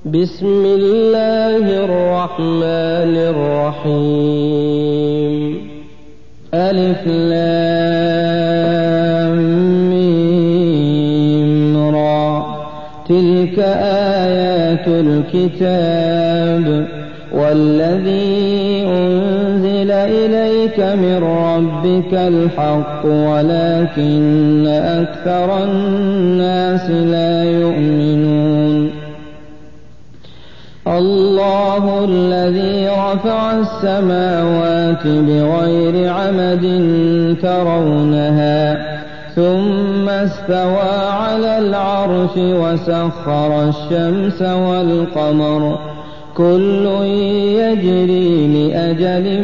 بسم الله الرحمن الرحيم. ألف لام ميم را. تلك آيات الكتاب والذي أنزل إليك من ربك الحق ولكن أكثر الناس لا يؤمنون. الله الذي رفع السماوات بغير عمد ترونها ثم استوى على العرش وسخر الشمس والقمر كل يجري لأجل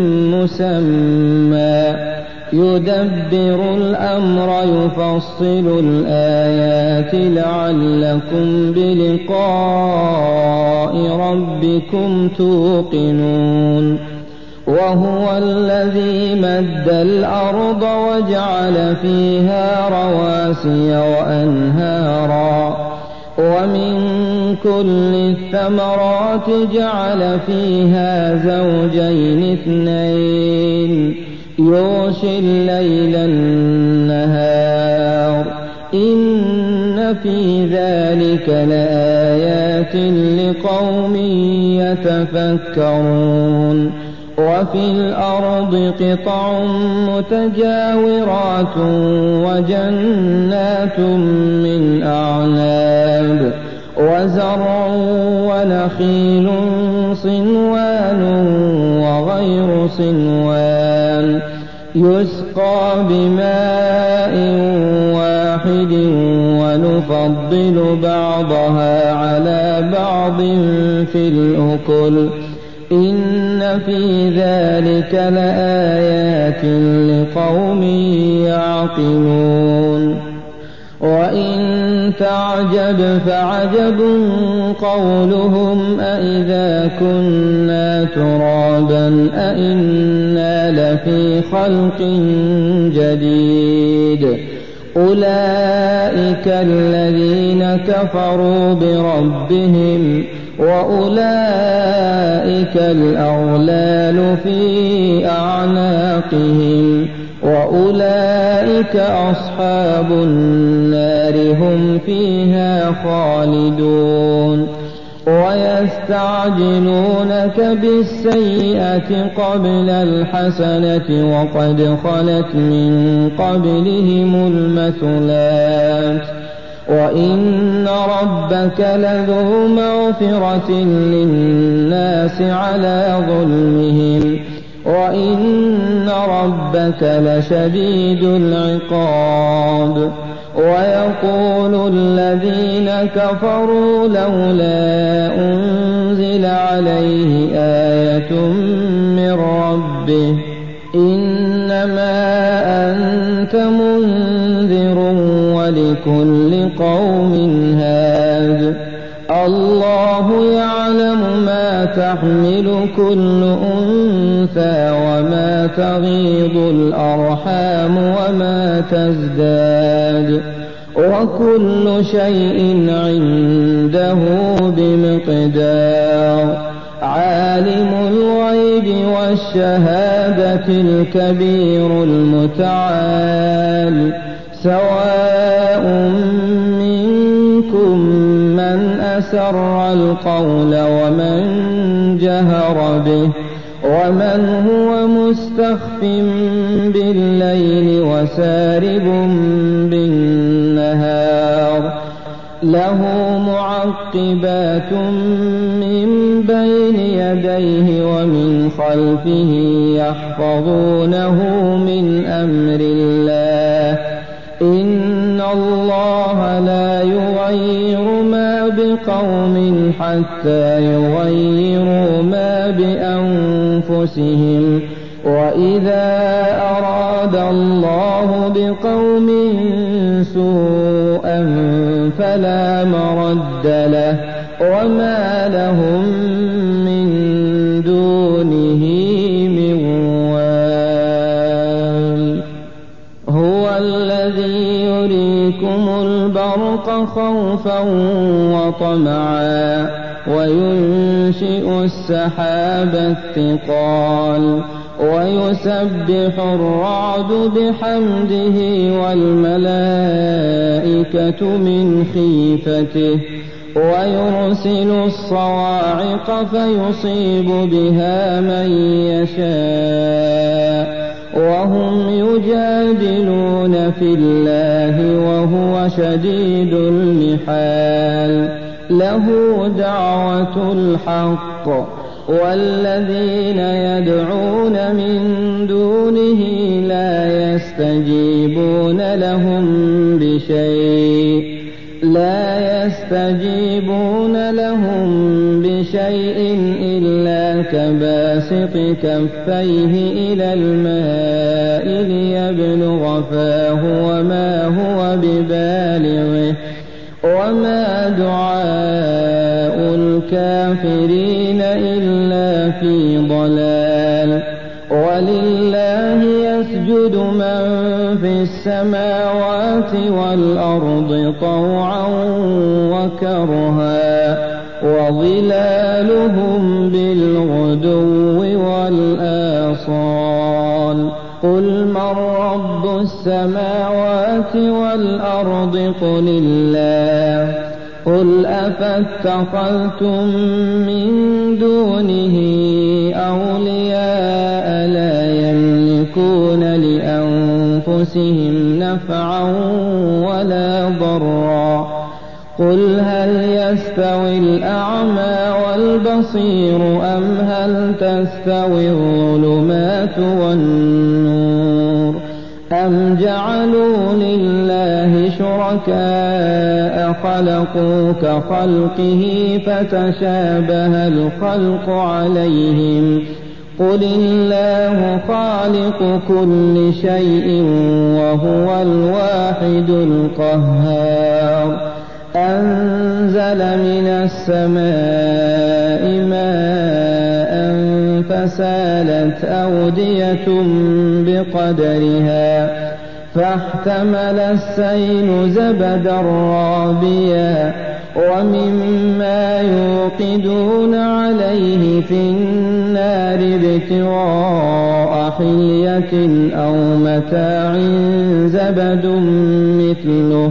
مسمى يدبر الأمر يفصل الآيات لعلكم بلقاء ربكم توقنون. وهو الذي مد الأرض وجعل فيها رواسي وأنهارا ومن كل الثمرات جعل فيها زوجين اثنين يغشي الليل النهار إن في ذلك لآيات لقوم يتفكرون. وفي الأرض قطع متجاورات وجنات من أعناب وزرع ونخيل صنوان وغير صنوان يسقى بماء واحد ونفضل بعضها على بعض في الأكل إن في ذلك لآيات لقوم يعقلون. وإن تعجب فعجب قولهم أإذا كنا ترابا أإنا لفي خلق جديد أولئك الذين كفروا بربهم وأولئك الأغلال في أعناقهم وأولئك أصحاب النار هم فيها خالدون. ويستعجلونك بالسيئة قبل الحسنة وقد خلت من قبلهم المثلات وإن ربك لذو مغفرة للناس على ظلمهم وإن ربك لشديد العقاب. ويقول الذين كفروا لولا أنزل عليه آية من ربه إنما أنت منذر ولكل قوم هاد الله يعلم ما تحمل كل أنثى وما تغيض الأرحام وما تزداد وكل شيء عنده بمقدار. عالم الغيب والشهادة الكبير المتعال سواء منكم من أسر القول ومن جهر به ومن هو مستخف بالليل وسارب بالنهار له معقبات من بين يديه ومن خلفه يحفظونه من أمر الله إن الله لا يغير ما بقوم حتى يغيروا ما بأنفسهم وإذا أراد الله بقوم سوءا فلا مرد له وما لهم من دونه من وال. هو الذي يريكم البرق خوفا وطمعا وينشئ السحاب الثقال ويسبح الرعد بحمده والملائكة من خيفته ويرسل الصواعق فيصيب بها من يشاء وهم يجادلون في الله وهو شديد المحال له دعوة الحق والذين يدعون من دونه لا يستجيبون لهم بشيء إلا كباسط كفيه إلى الماء ليبلغ فاه وما هو ببالغه وما دعاء الكافرين إلا في ضلال ولله يسجد من في السماوات والأرض طوعا وكرها وظلالهم بالغدو والآصال قل من رب السماوات والأرض قل الله قل أفاتخذتم من دونه أولياء لا يملكون لأنفسهم نفعا ولا ضرا قل هل يستوي الأعمى والبصير أم هل تستوي الظلمات والنور أم جعلوا لله شركاء خلقوا كخلقه فتشابه الخلق عليهم قل الله خالق كل شيء وهو الواحد القهار أنزل من السماء ماء فسالت أودية بقدرها فاحتمل السيل زبدا رابيا ومما يوقدون عليه في النار ابتغاء حلية أو متاع زبد مثله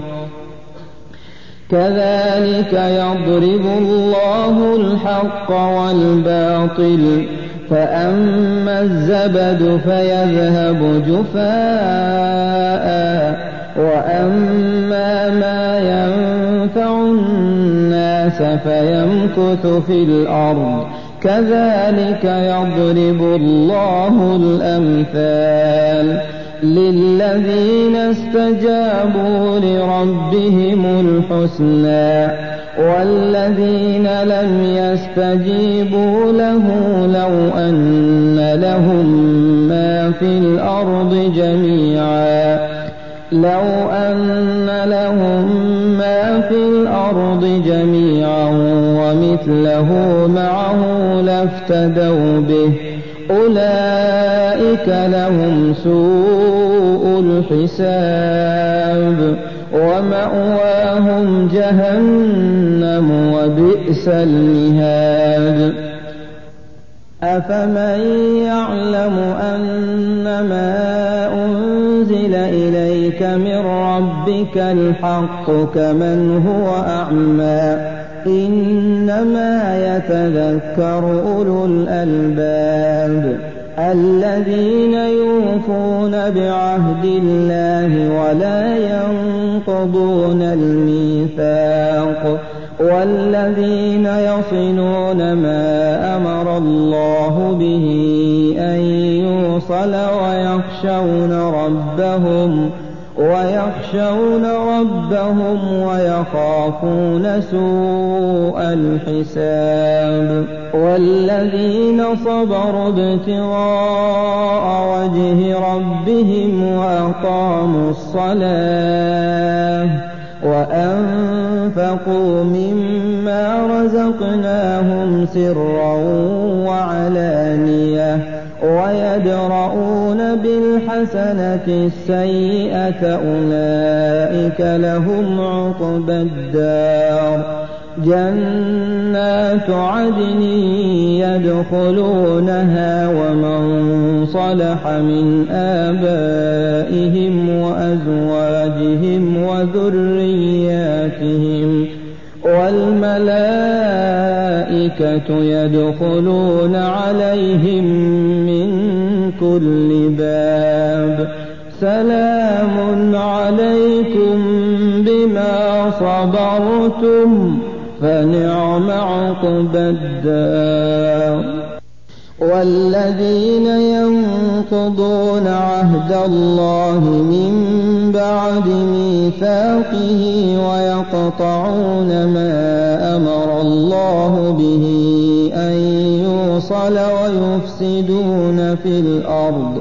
كذلك يضرب الله الحق والباطل فأما الزبد فيذهب جفاء وأما ما ينفع الناس فيمكث في الأرض كذلك يضرب الله الأمثال للذين استجابوا لربهم الحسنى والذين لم يستجيبوا له لو أن لهم ما في الأرض جميعا ومثله معه لافتدوا به أولئك لهم سوء الحساب ومأواهم جهنم وبئس المهاد أفمن يعلم أنما أنزل إليك من ربك الحق كمن هو أعمى إنما يتذكر أولو الألباب الذين يوفون بعهد الله ولا ينقضون الميثاق والذين يصلون ما أمر الله به أن يوصل ويخشون ربهم ويخافون سوء الحساب والذين صبروا ابتغاء وجه ربهم وأقاموا الصلاة وأنفقوا مما رزقناهم سرا وعلانية ويدرؤون بالحسنة السيئة أولئك لهم عقبى الدار جنات جنات عدن يدخلونها ومن صلح من آبائهم وأزواجهم وذرياتهم والملائكة يدخلون عليهم من كل باب سلام عليكم بما صبرتم فنعم عقبى الدار. والذين ينقضون عهد الله من بعد ميثاقه ويقطعون ما أمر الله به أن يوصل ويفسدون في الأرض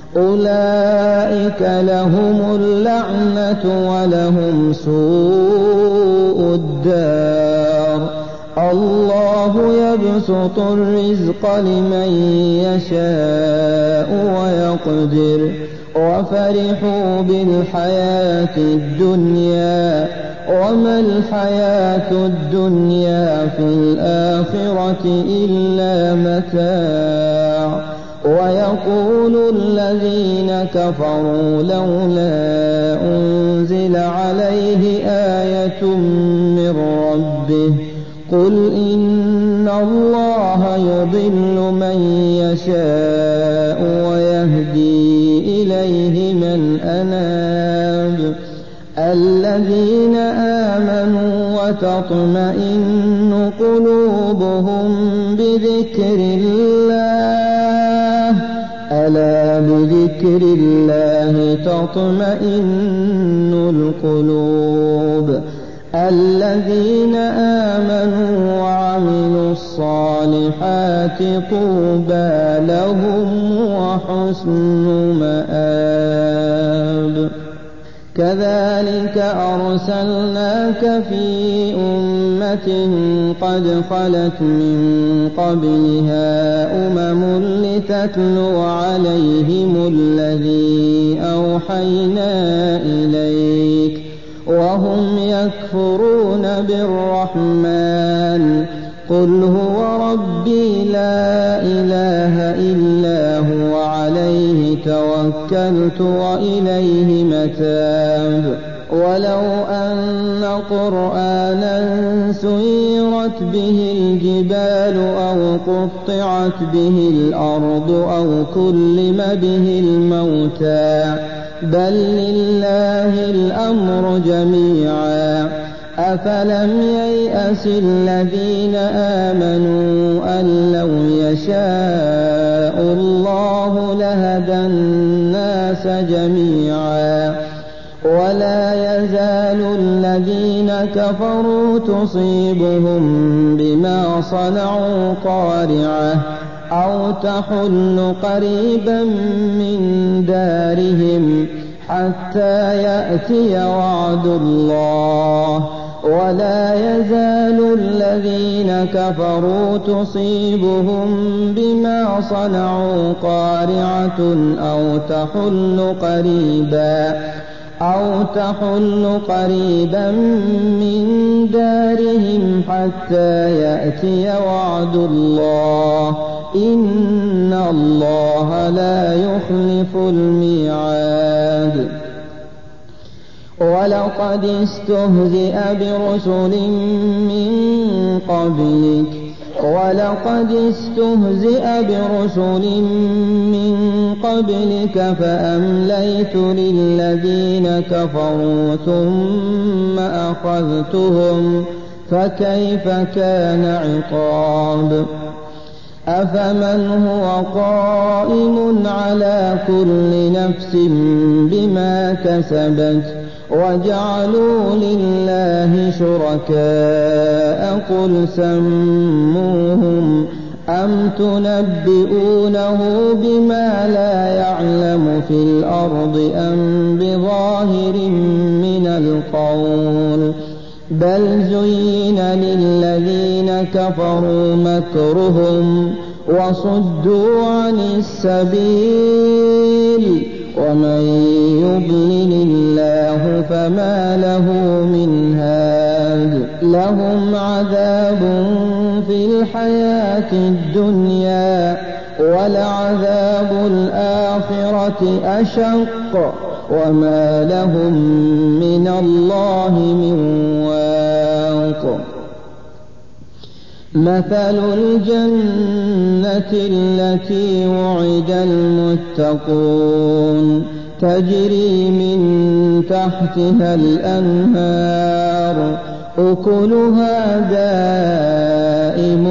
أولئك لهم اللعنة ولهم سوء الدار. الله يبسط الرزق لمن يشاء ويقدر وفرحوا بالحياة الدنيا وما الحياة الدنيا في الآخرة إلا متاع. ويقول الذين كفروا لولا أنزل عليه آية من ربه قل إن الله يضل من يشاء ويهدي إليه من أناب. الذين آمنوا وتطمئن قلوبهم بذكر الله ألا بذكر الله تطمئن القلوب. الذين آمنوا وعملوا الصالحات طوبى لهم وحسن مآب. كذلك أرسلناك في أمة قد خلت من قبلها أمم لتتلو عليهم الذي أوحينا إليك وهم يكفرون بالرحمن قل هو ربي لا إله إلا هو عليه توكلت وإليه متاب. ولو أن قرآنا سيرت به الجبال أو قطعت به الأرض أو كلم به الموتى بل لله الأمر جميعا أفلم ييأس الذين آمنوا أن لو يشاء الله لهدى الناس جميعا. ولا يزال الذين كفروا تصيبهم بما صنعوا قارعة أو تحل قريبا من دارهم حتى يأتي وعد الله. ولا يزال الذين كفروا تصيبهم بما صنعوا قارعة أو تحل قريبا من دارهم حتى يأتي وعد الله إن الله لا يخلف الميعاد. ولقد استهزئ برسل من قبلك فأمليت للذين كفروا ثم أخذتهم فكيف كان عقاب. أفمن هو قائم على كل نفس بما كسبت وجعلوا لله شركاء قل سموهم أم تنبئونه بما لا يعلم في الأرض أم بظاهر من القول بل زين للذين كفروا مكرهم وصدوا عن السبيل ومن يضلل الله فما له من هاد لهم عذاب في الحياة الدنيا ولعذاب الآخرة أشق وما لهم من الله من واق مثل الجنة التي وعد المتقون تجري من تحتها الأنهار أكلها دائم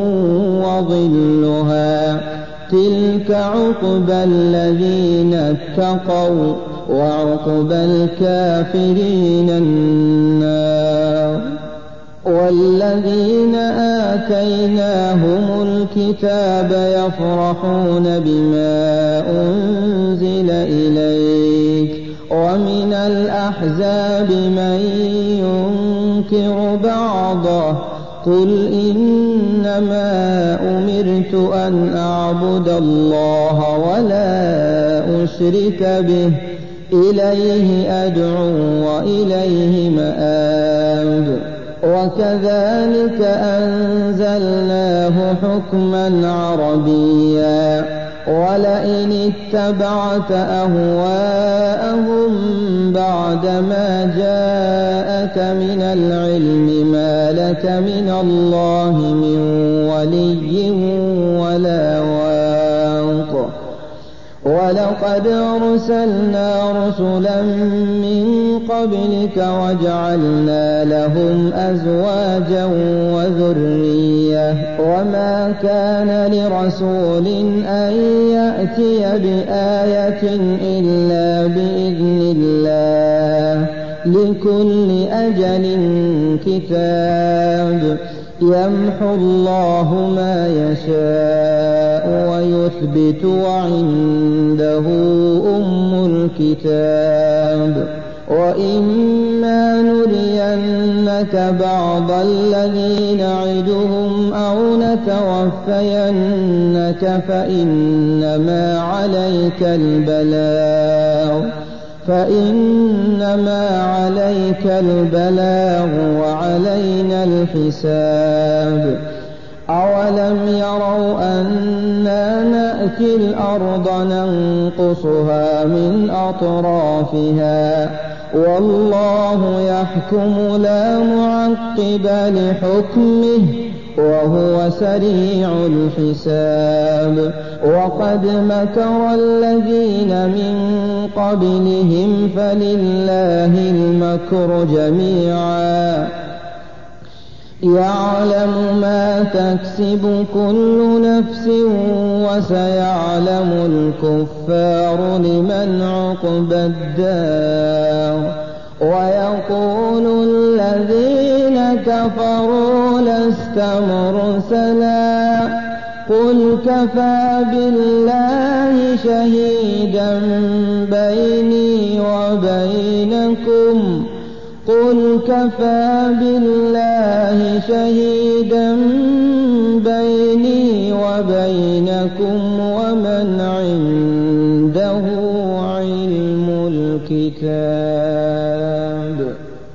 وظلها تلك عقبى الذين اتقوا وعقبى الكافرين النار والذين آتيناهم الكتاب يفرحون بما أنزل إليك ومن الأحزاب من ينكر بعضه قل إنما أمرت أن أعبد الله ولا أشرك به إليه أدعو وإليه مآب وكذلك أنزلناه حكما عربيا ولئن اتبعت أهواءهم بعدما جاءك من العلم ما لك من الله من ولي ولا واق ولقد أرسلنا رسلا من قبلك وجعلنا لهم أزواجا وذرية وما كان لرسول أن يأتي بآية إلا بإذن الله لكل أجل كتاب يمحو الله ما يشاء ويثبت وعنده أم الكتاب وإما نرينك بعض الذي نعدهم أو نتوفينك فإنما عليك البلاغ وعلينا الحساب أولم يروا أنا نأتي الأرض ننقصها من أطرافها والله يحكم لا معقب لحكمه وهو سريع الحساب وقد مكر الذين من قبلهم فلله المكر جميعا يعلم ما تكسب كل نفس وسيعلم الكفار لمن عقبى الدار ويقول الذين كفروا لست مرسلا قل كفى بالله شهيدا بيني وبينكم ومن عنده علم الكتاب